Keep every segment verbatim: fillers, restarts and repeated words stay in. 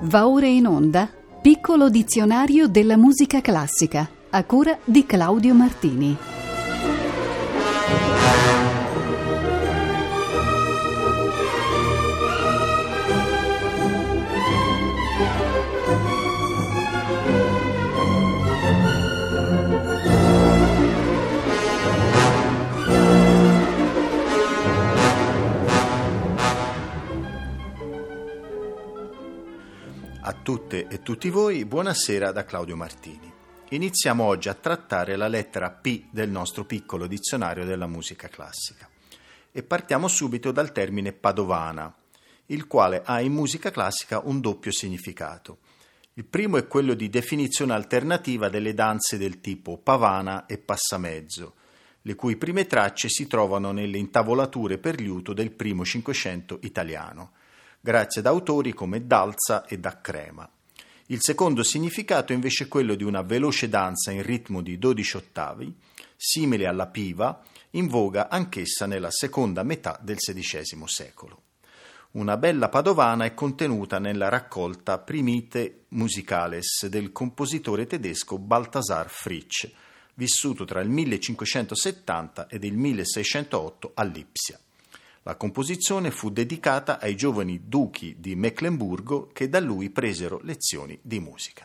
Va ora in onda Piccolo dizionario della musica classica, a cura di Claudio Martini. A tutte e tutti voi, buonasera da Claudio Martini. Iniziamo oggi a trattare la lettera P del nostro piccolo dizionario della musica classica. E partiamo subito dal termine padovana, il quale ha in musica classica un doppio significato. Il primo è quello di definizione alternativa delle danze del tipo pavana e passamezzo, le cui prime tracce si trovano nelle intavolature per liuto del primo Cinquecento italiano, grazie ad autori come Dalza e Da Crema. Il secondo significato è invece quello di una veloce danza in ritmo di dodici ottavi, simile alla piva, in voga anch'essa nella seconda metà del sedicesimo secolo. Una bella padovana è contenuta nella raccolta Primite Musicales del compositore tedesco Balthasar Fritsch, vissuto tra il millecinquecentosettanta ed il milleseicentootto a Lipsia. La composizione fu dedicata ai giovani duchi di Meclemburgo che da lui presero lezioni di musica.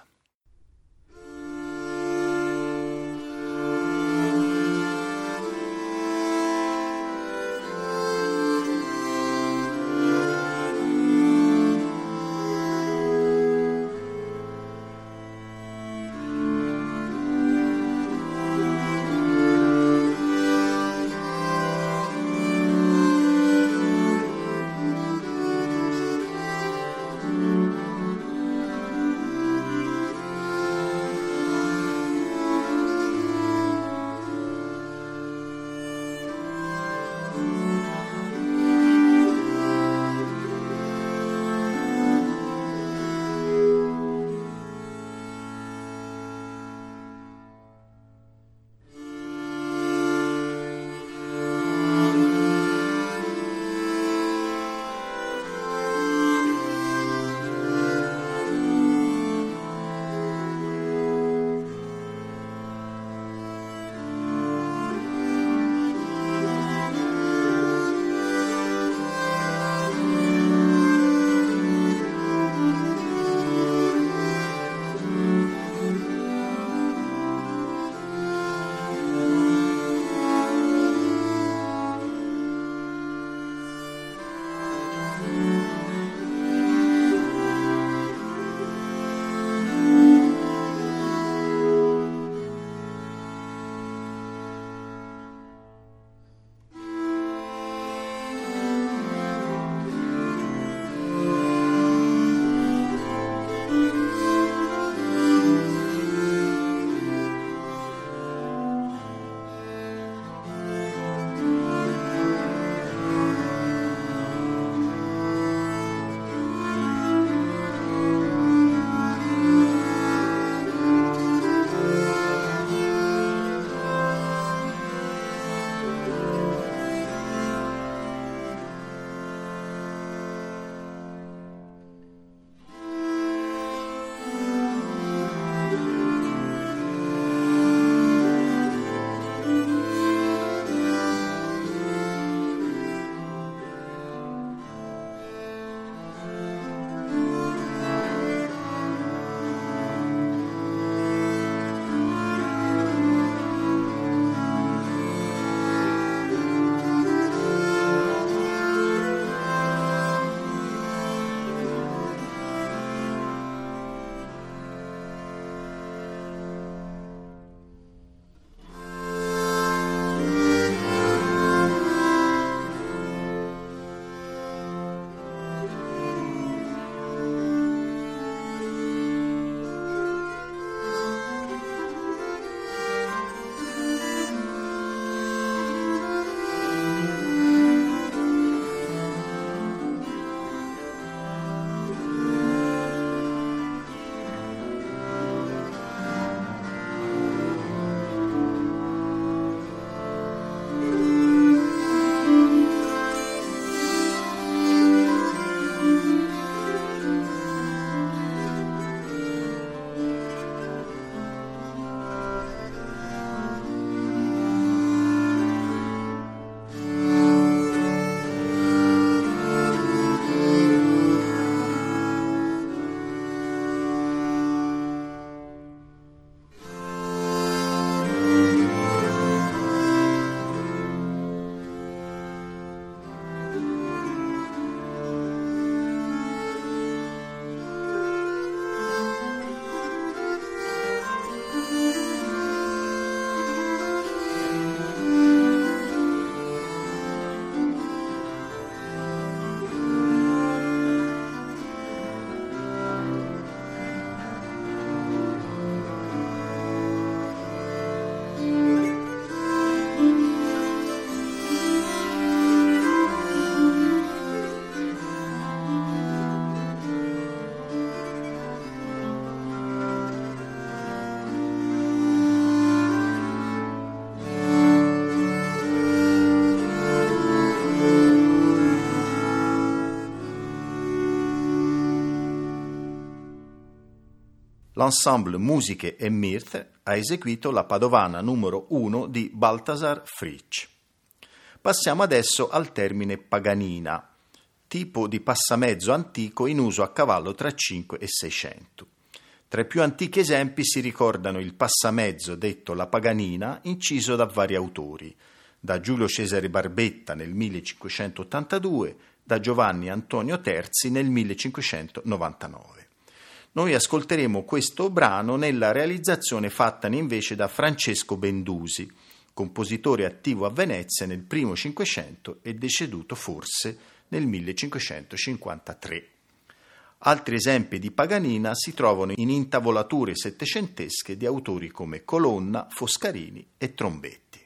l'ensemble Musiche e Mirth ha eseguito la padovana numero uno di Balthasar Fritsch. Passiamo adesso al termine paganina, tipo di passamezzo antico in uso a cavallo tra cinque e seicento. Tra i più antichi esempi si ricordano il passamezzo detto la paganina, inciso da vari autori, da Giulio Cesare Barbetta nel millecinquecentottantadue, da Giovanni Antonio Terzi nel millecinquecentonovantanove. Noi ascolteremo questo brano nella realizzazione fattane invece da Francesco Bendusi, compositore attivo a Venezia nel primo Cinquecento e deceduto forse nel millecinquecentocinquantatré. Altri esempi di paganina si trovano in intavolature settecentesche di autori come Colonna, Foscarini e Trombetti.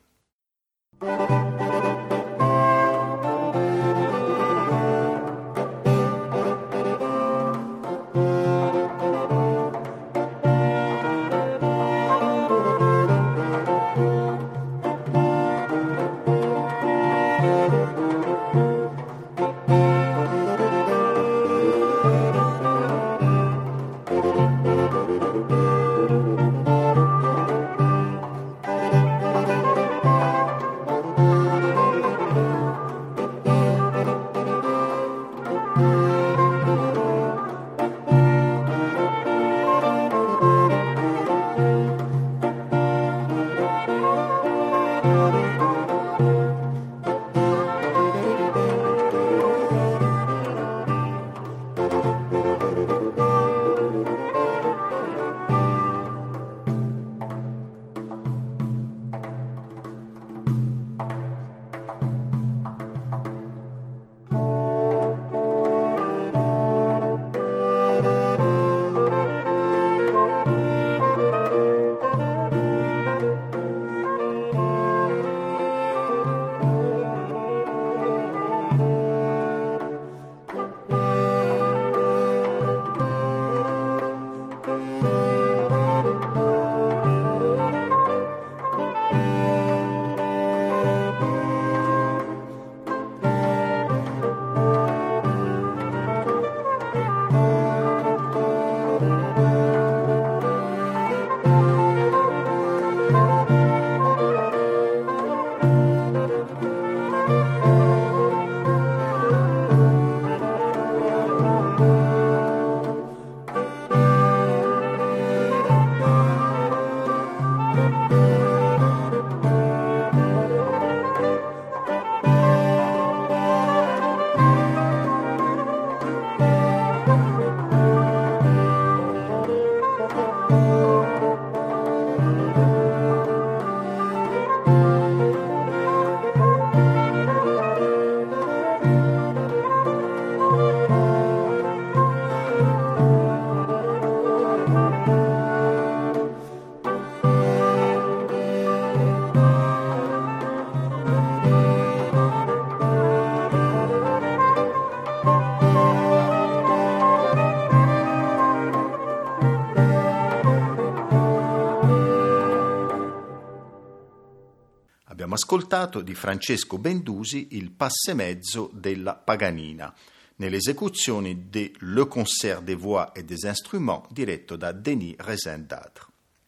Abbiamo ascoltato di Francesco Bendusi il passemezzo della Paganina, nell'esecuzione de Le Concert des Voix et des Instruments diretto da Denis Raissin-Dadre.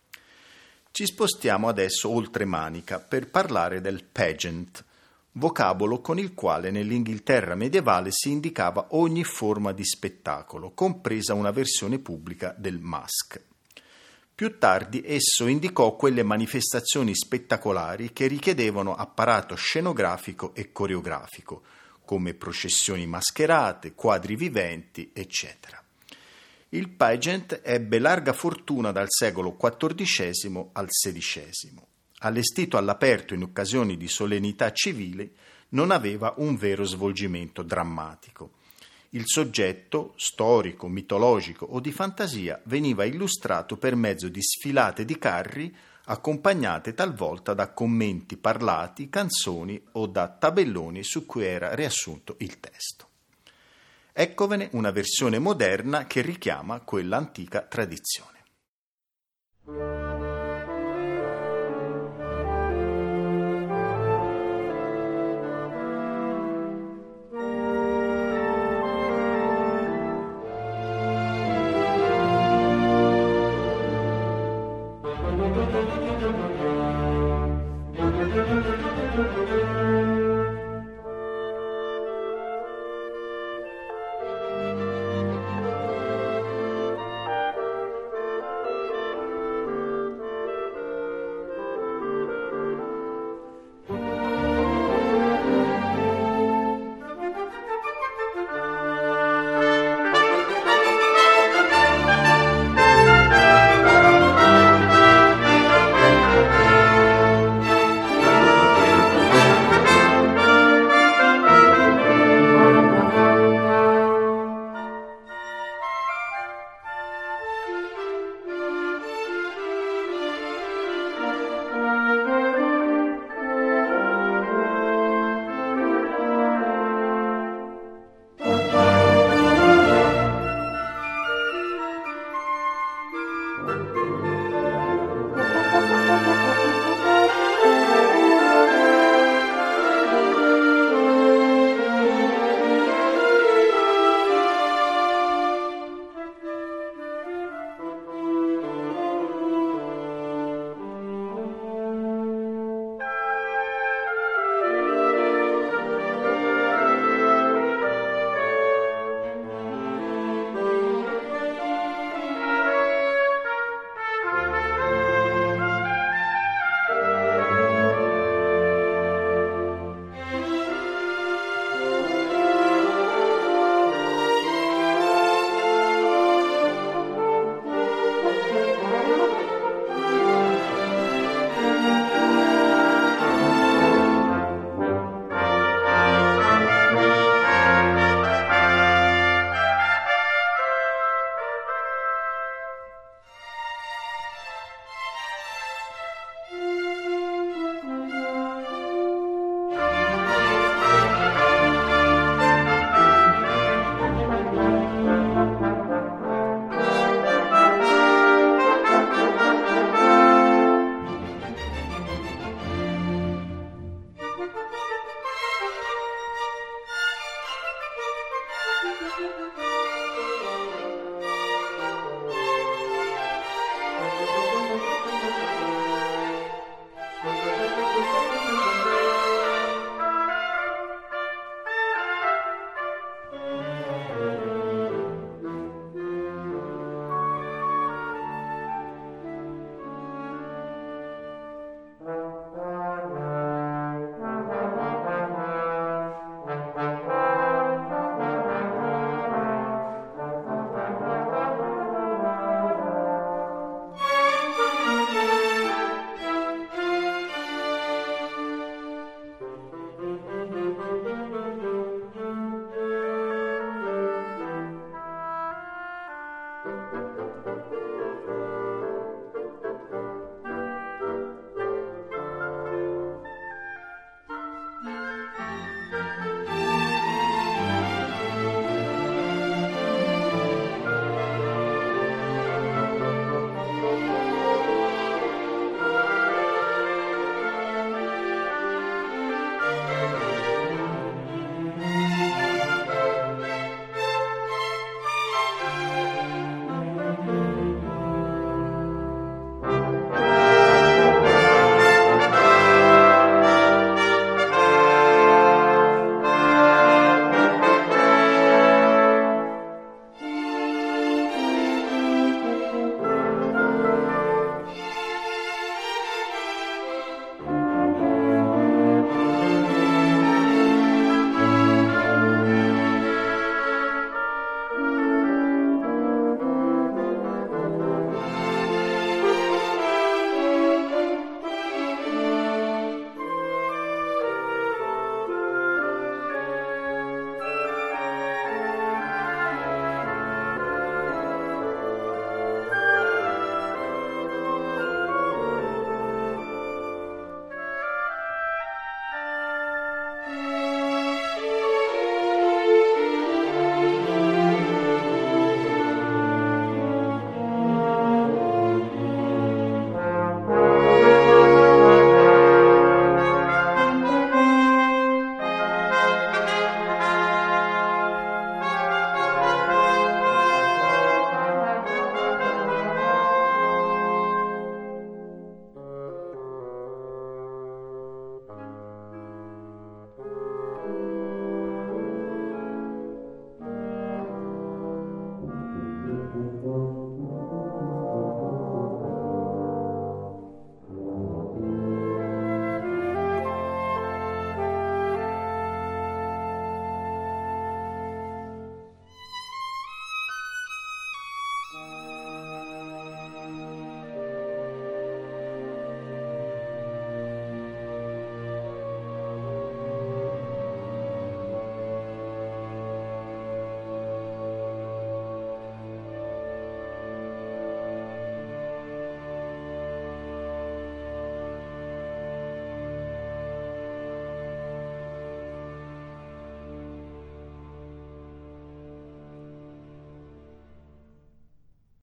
Ci spostiamo adesso oltre Manica per parlare del pageant, vocabolo con il quale nell'Inghilterra medievale si indicava ogni forma di spettacolo, compresa una versione pubblica del masque. Più tardi esso indicò quelle manifestazioni spettacolari che richiedevano apparato scenografico e coreografico, come processioni mascherate, quadri viventi, eccetera. Il pageant ebbe larga fortuna dal secolo quattordicesimo al sedicesimo. Allestito all'aperto in occasioni di solennità civili, non aveva un vero svolgimento drammatico. Il soggetto, storico, mitologico o di fantasia, veniva illustrato per mezzo di sfilate di carri accompagnate talvolta da commenti parlati, canzoni o da tabelloni su cui era riassunto il testo. Eccovene una versione moderna che richiama quella antica tradizione.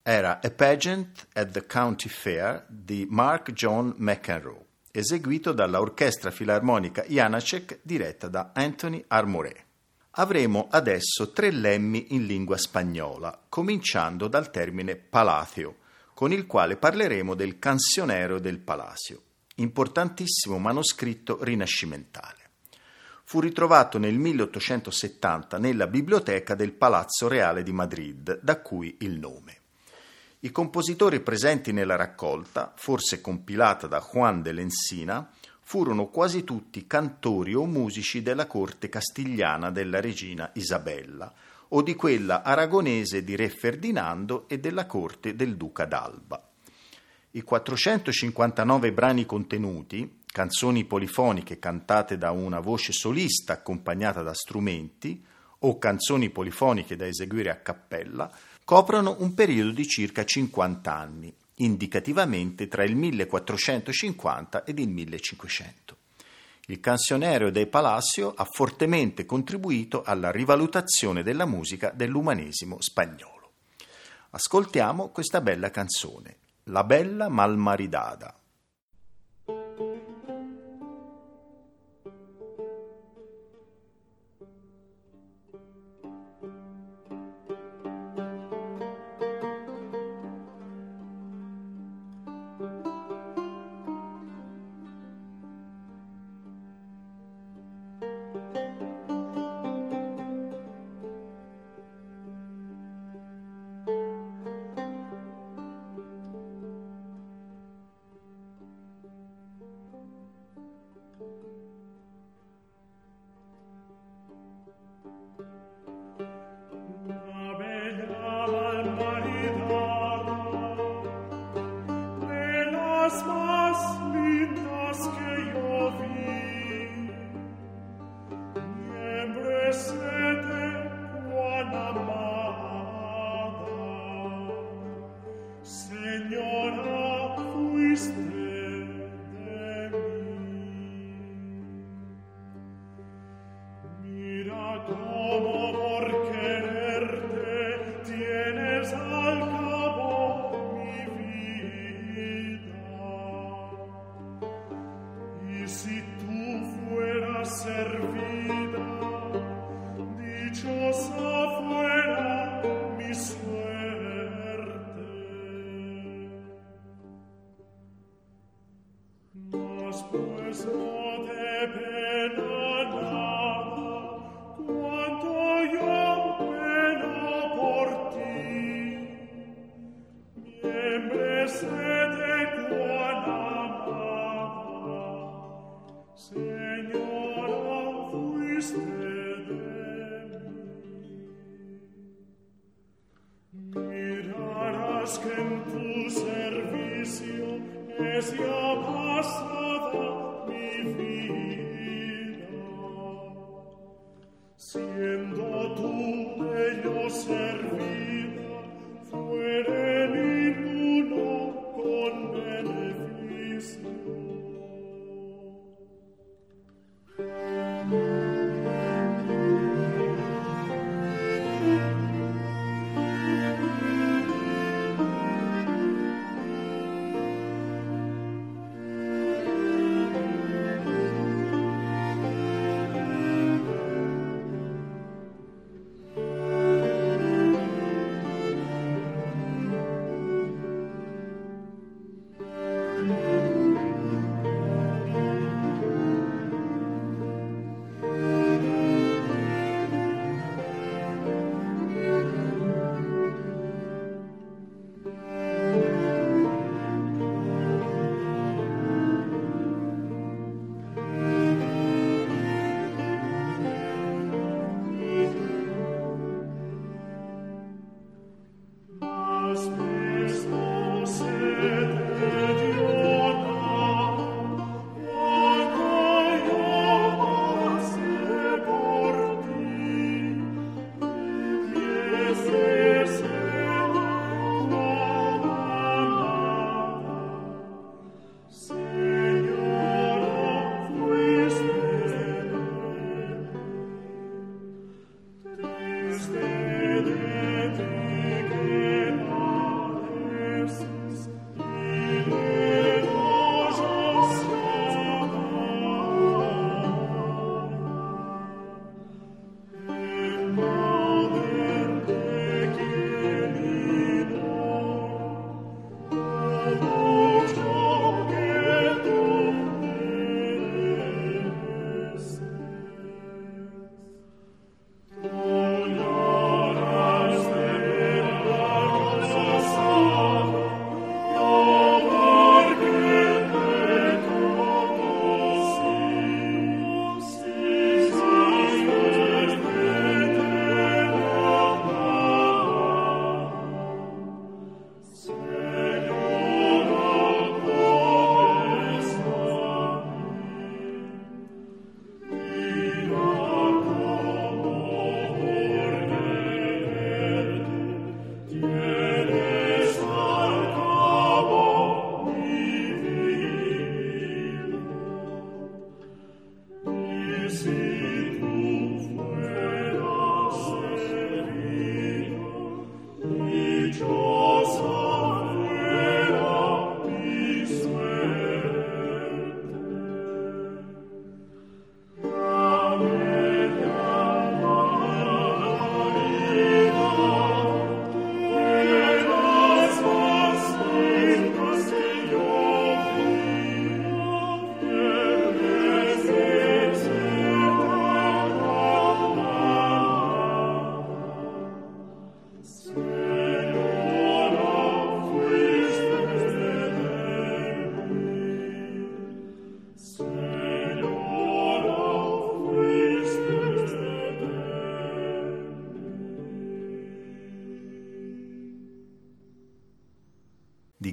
era A Pageant at the County Fair di Mark John McEnroe, eseguito dalla Orchestra Filarmonica Janáček diretta da Anthony Armoré. Avremo adesso tre lemmi in lingua spagnola, cominciando dal termine palacio, con il quale parleremo del Cancionero del Palacio, importantissimo manoscritto rinascimentale. Fu ritrovato nel milleottocentosettanta nella biblioteca del Palazzo Reale di Madrid, da cui il nome. I compositori presenti nella raccolta, forse compilata da Juan de Lencina, furono quasi tutti cantori o musici della corte castigliana della regina Isabella o di quella aragonese di re Ferdinando e della corte del duca d'Alba. I quattrocentocinquantanove brani contenuti, canzoni polifoniche cantate da una voce solista accompagnata da strumenti o canzoni polifoniche da eseguire a cappella, coprono un periodo di circa cinquanta anni, indicativamente tra il millequattrocentocinquanta ed il millecinquecento. Il Cancionero del Palacio ha fortemente contribuito alla rivalutazione della musica dell'umanesimo spagnolo. Ascoltiamo questa bella canzone, La Bella Malmaridada.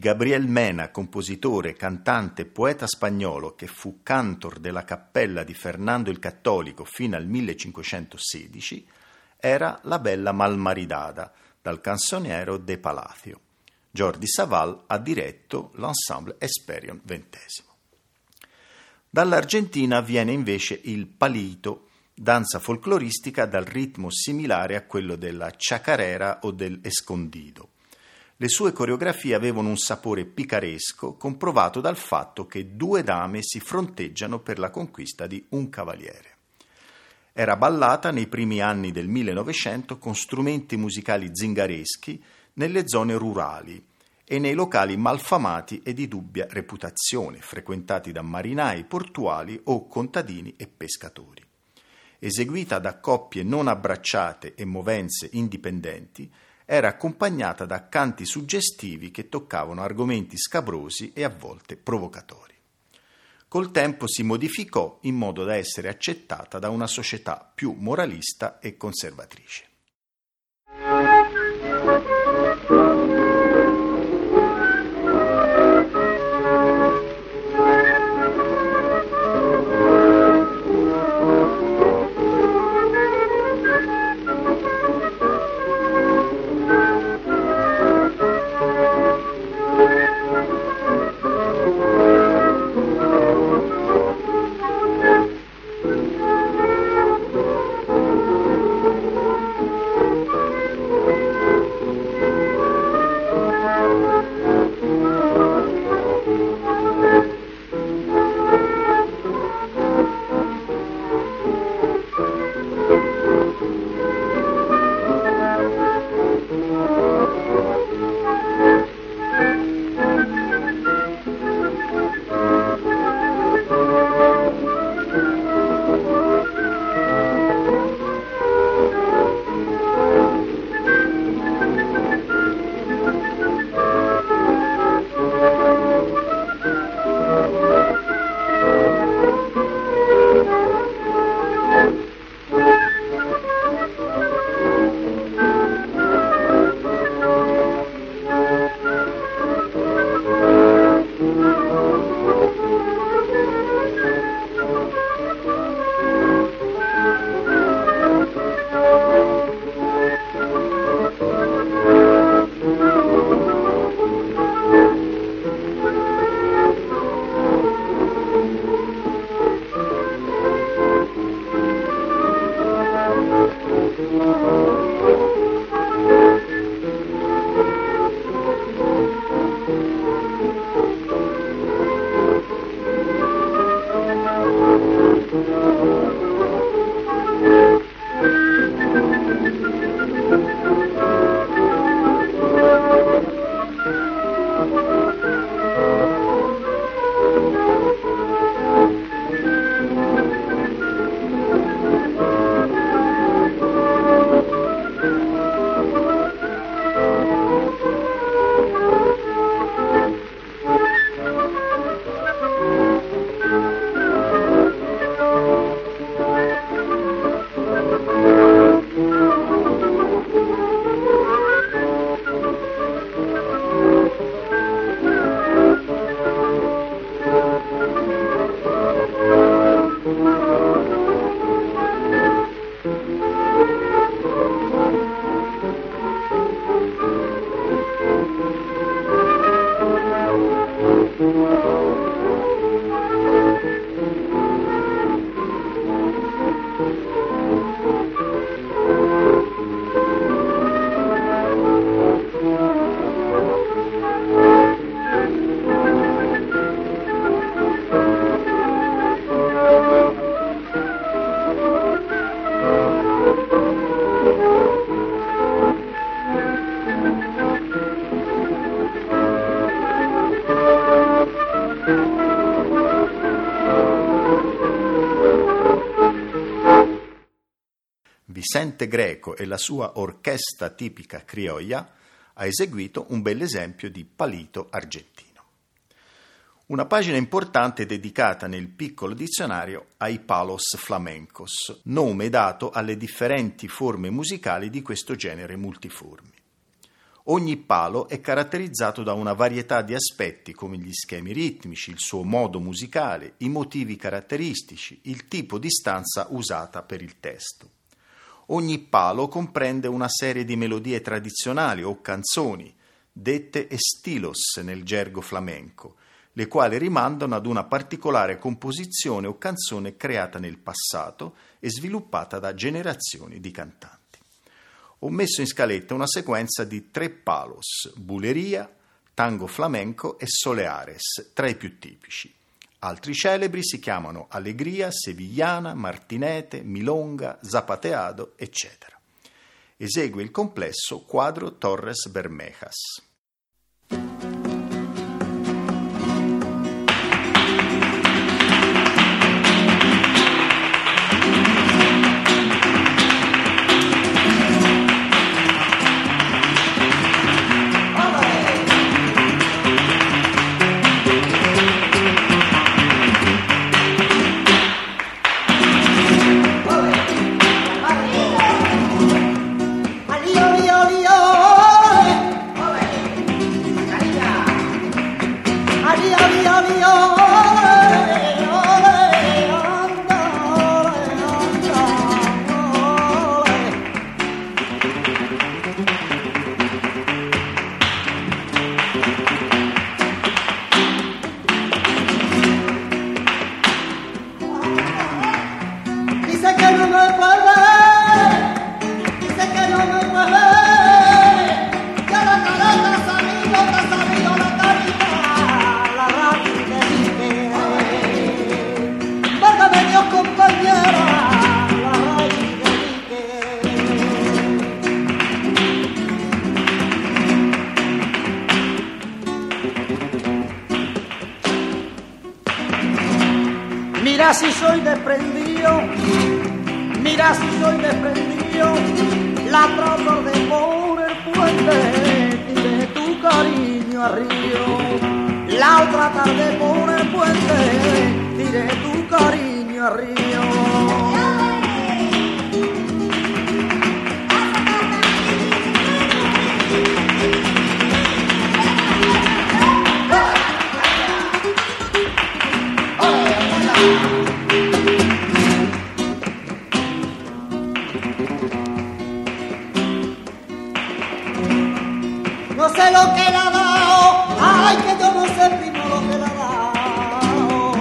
Gabriel Mena, compositore, cantante e poeta spagnolo che fu cantor della cappella di Fernando il Cattolico fino al millecinquecentosedici, era La bella Malmaridada, dal canzoniero de Palacio. Jordi Savall ha diretto l'ensemble Hesperion ventesimo. Dall'Argentina viene invece il palito, danza folcloristica dal ritmo similare a quello della chacarera o del escondido. Le sue coreografie avevano un sapore picaresco, comprovato dal fatto che due dame si fronteggiano per la conquista di un cavaliere. Era ballata nei primi anni del millenovecento con strumenti musicali zingareschi nelle zone rurali e nei locali malfamati e di dubbia reputazione, frequentati da marinai portuali o contadini e pescatori. Eseguita da coppie non abbracciate e movenze indipendenti, era accompagnata da canti suggestivi che toccavano argomenti scabrosi e a volte provocatori. Col tempo si modificò in modo da essere accettata da una società più moralista e conservatrice. Vicente Greco e la sua orchestra tipica criolla ha eseguito un bell'esempio di palito argentino. Una pagina importante dedicata nel piccolo dizionario ai palos flamencos, nome dato alle differenti forme musicali di questo genere multiformi. Ogni palo è caratterizzato da una varietà di aspetti come gli schemi ritmici, il suo modo musicale, i motivi caratteristici, il tipo di stanza usata per il testo. Ogni palo comprende una serie di melodie tradizionali o canzoni, dette estilos nel gergo flamenco, le quali rimandano ad una particolare composizione o canzone creata nel passato e sviluppata da generazioni di cantanti. Ho messo in scaletta una sequenza di tre palos, buleria, tango flamenco e soleares, tra i più tipici. Altri celebri si chiamano allegria, sevillana, martinete, milonga, zapateado, eccetera. Esegue il complesso Cuatro Torres Bermejas. Mira si soy desprendido, mira si soy desprendido, la trato de por el puente y de tu cariño a río. La otra tarde por el puente tiré tu cariño a río. No sé lo que le ha dado, ay, que yo no sé primo lo que le ha dado.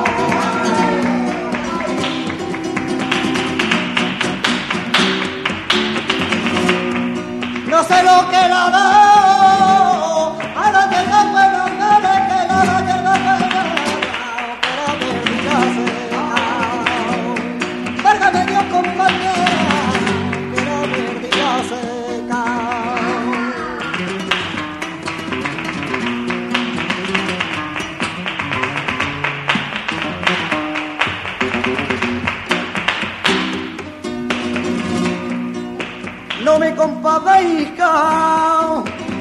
No sé lo que le ha dado, a la que no puedo ver, que la la que no puedo ver, pero que diga se válgame Dios compañera, pero que diga se no me compadezca,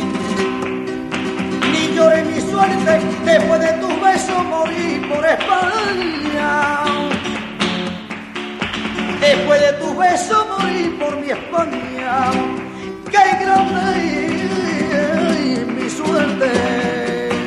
ni llore mi suerte, después de tus besos morir por España. Después de tus besos morir por mi España, qué grande es mi suerte.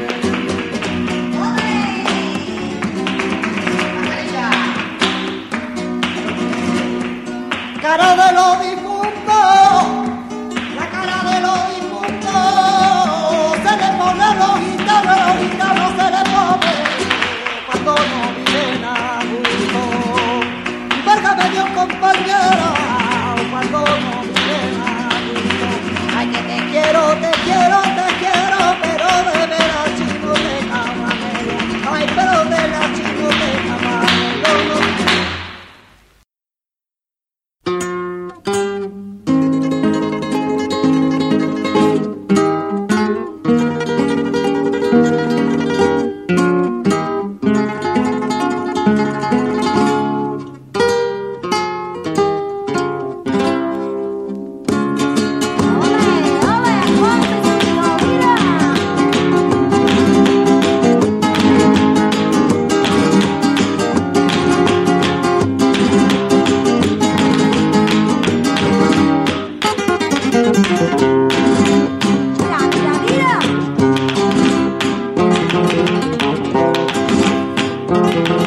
Cara de los difuntos, la cara de los difuntos, se le pone a los gitanos, a los gitanos se le pone cuando no viven a gusto. Válgame Dios compañera, cuando no viven a gusto. Ay que te quiero, te quiero, te quiero, pero de veras chino de camarero. Ay pero de veras chino de camarero. Ole, ole,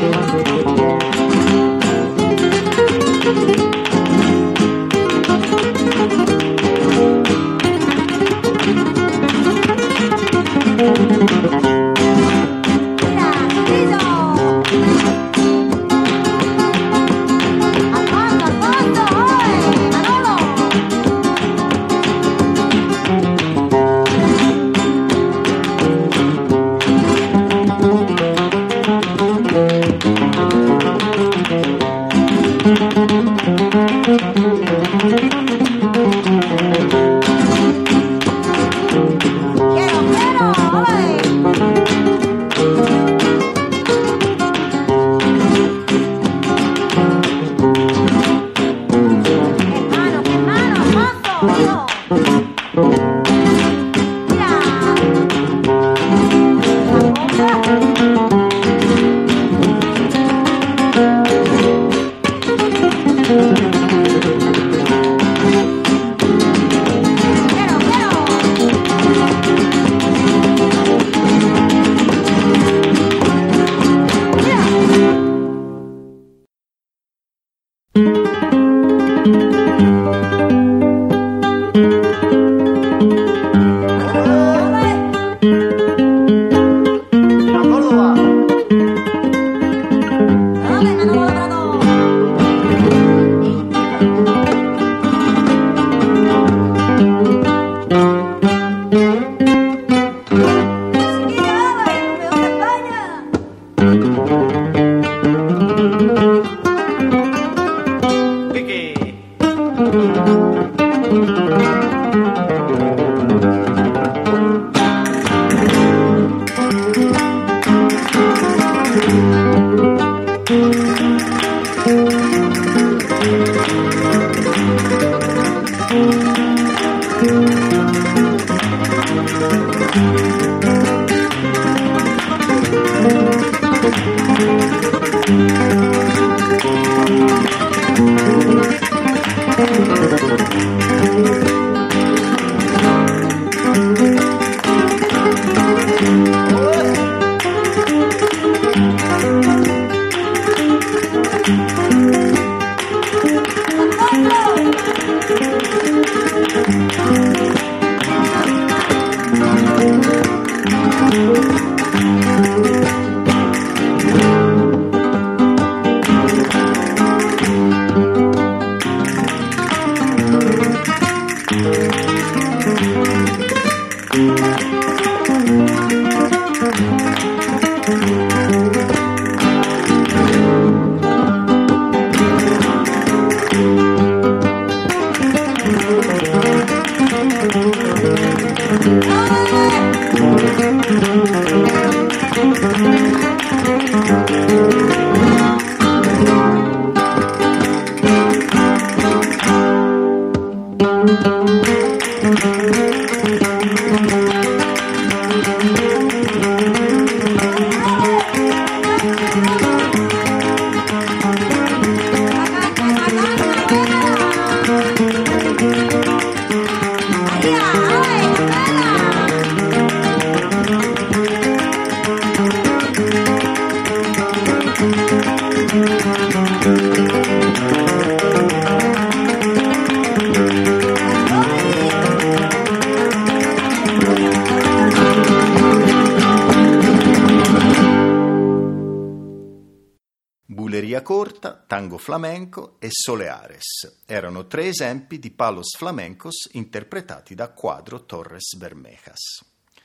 Bulería corta, tango flamenco e soleares erano tre esempi di palos flamencos interpretati da Cuadro Torres Bermejas.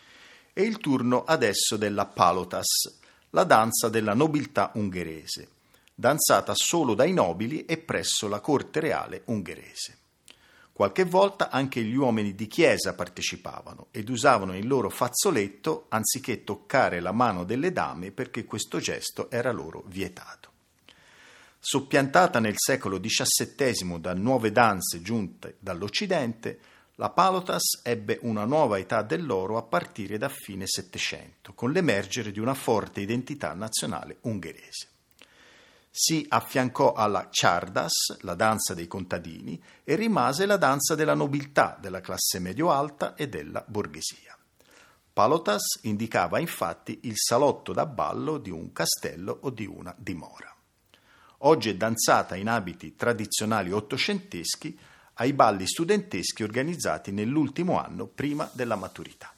È il turno adesso della palotas, la danza della nobiltà ungherese, danzata solo dai nobili e presso la corte reale ungherese. Qualche volta anche gli uomini di chiesa partecipavano ed usavano il loro fazzoletto anziché toccare la mano delle dame perché questo gesto era loro vietato. Soppiantata nel secolo diciassettesimo da nuove danze giunte dall'Occidente, la palotas ebbe una nuova età dell'oro a partire da fine Settecento, con l'emergere di una forte identità nazionale ungherese. Si affiancò alla czardas, la danza dei contadini, e rimase la danza della nobiltà, della classe medio-alta e della borghesia. Palotas indicava infatti il salotto da ballo di un castello o di una dimora. Oggi è danzata in abiti tradizionali ottocenteschi ai balli studenteschi organizzati nell'ultimo anno prima della maturità.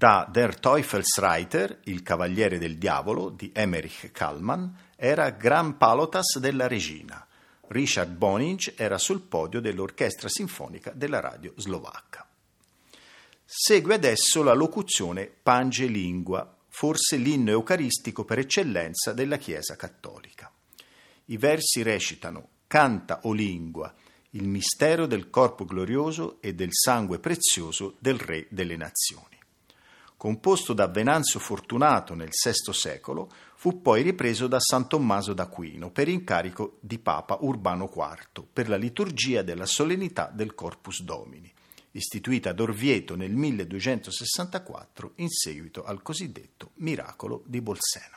Da Der Teufelsreiter, il Cavaliere del Diavolo, di Emmerich Kallmann, era Gran Palotas della regina. Richard Boninch era sul podio dell'Orchestra Sinfonica della radio slovacca. Segue adesso la locuzione Pange Lingua, forse l'inno eucaristico per eccellenza della Chiesa cattolica. I versi recitano: Canta, o lingua, il mistero del corpo glorioso e del sangue prezioso del Re delle Nazioni. Composto da Venanzio Fortunato nel sesto secolo, fu poi ripreso da San Tommaso d'Aquino per incarico di Papa Urbano quarto per la liturgia della solennità del Corpus Domini, istituita ad Orvieto nel milleduecentosessantaquattro in seguito al cosiddetto miracolo di Bolsena.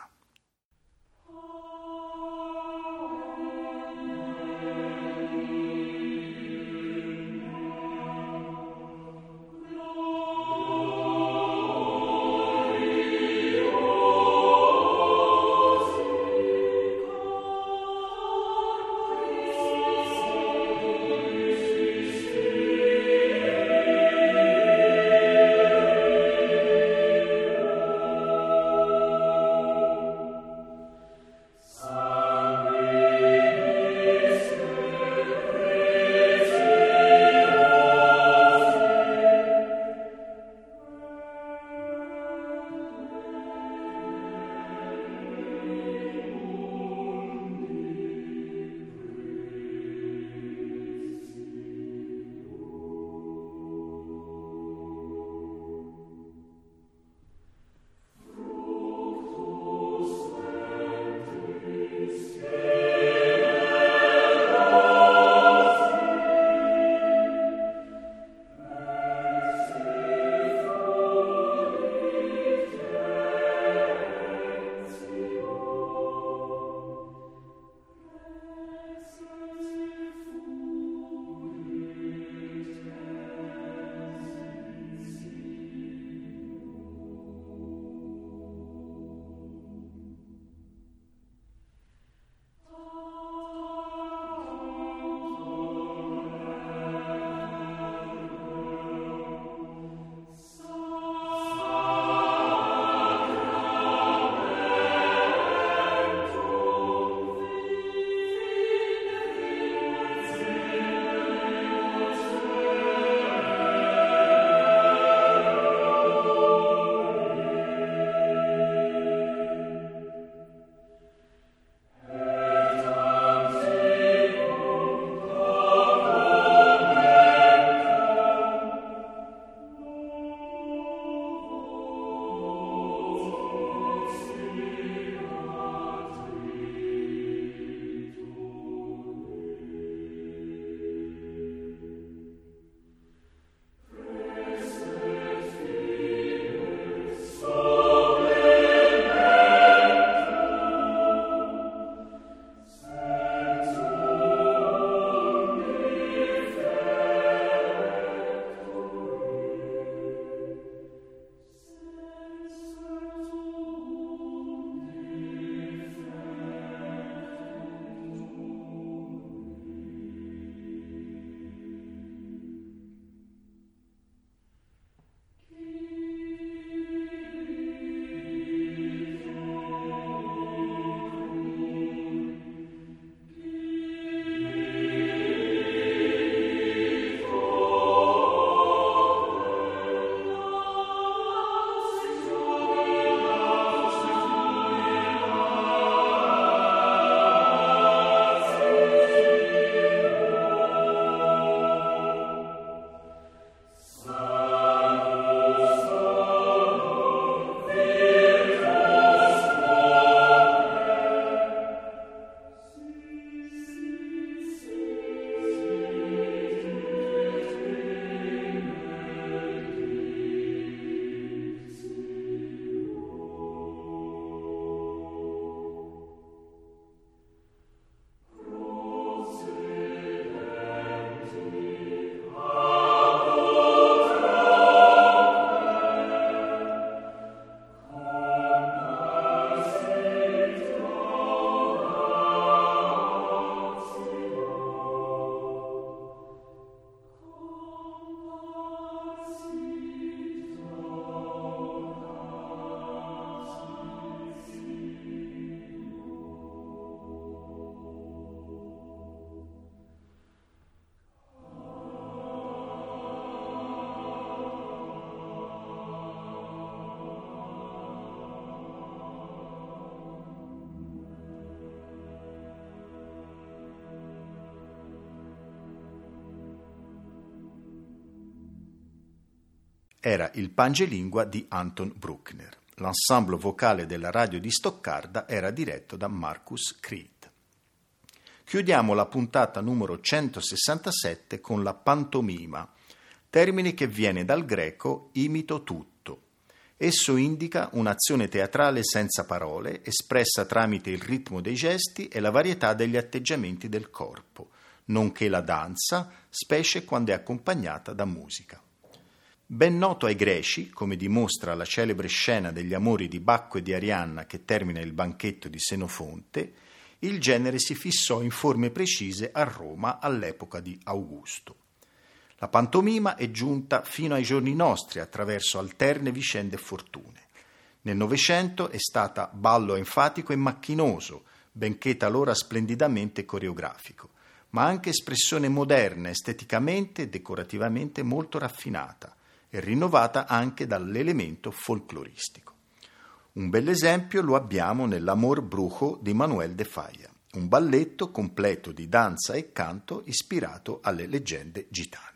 era il Pangelingua di Anton Bruckner. L'ensemble vocale della radio di Stoccarda era diretto da Markus Creed. Chiudiamo la puntata numero centosessantasette con la pantomima, termine che viene dal greco imito tutto. Esso indica un'azione teatrale senza parole, espressa tramite il ritmo dei gesti e la varietà degli atteggiamenti del corpo, nonché la danza, specie quando è accompagnata da musica. Ben noto ai greci, come dimostra la celebre scena degli amori di Bacco e di Arianna che termina il banchetto di Senofonte, il genere si fissò in forme precise a Roma all'epoca di Augusto. La pantomima è giunta fino ai giorni nostri attraverso alterne vicende e fortune. Nel Novecento è stata ballo enfatico e macchinoso, benché talora splendidamente coreografico, ma anche espressione moderna, esteticamente e decorativamente molto raffinata e rinnovata anche dall'elemento folcloristico. Un bell'esempio lo abbiamo nell'Amor Brujo di Manuel de Falla, un balletto completo di danza e canto ispirato alle leggende gitane.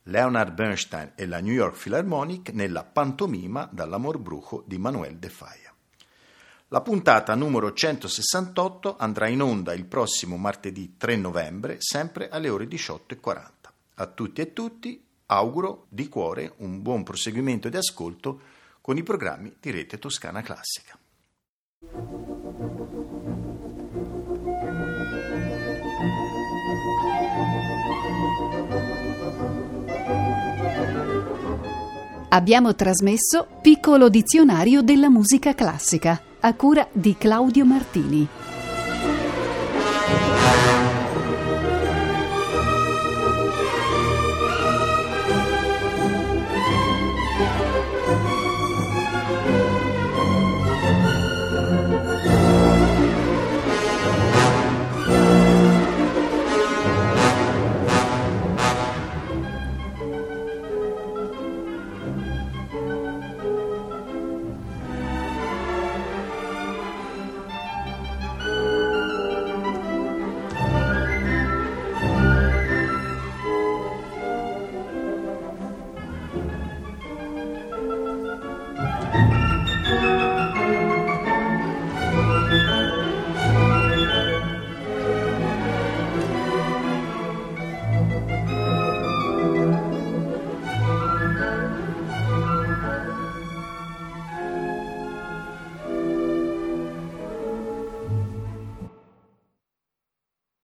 Leonard Bernstein e la New York Philharmonic nella pantomima Dall'amor brujo di Manuel de Falla. La puntata numero centosessantotto andrà in onda il prossimo martedì tre novembre, sempre alle ore diciotto e quaranta. A tutti e tutti auguro di cuore un buon proseguimento di ascolto con i programmi di Rete Toscana Classica. Abbiamo trasmesso Piccolo dizionario della musica classica, a cura di Claudio Martini.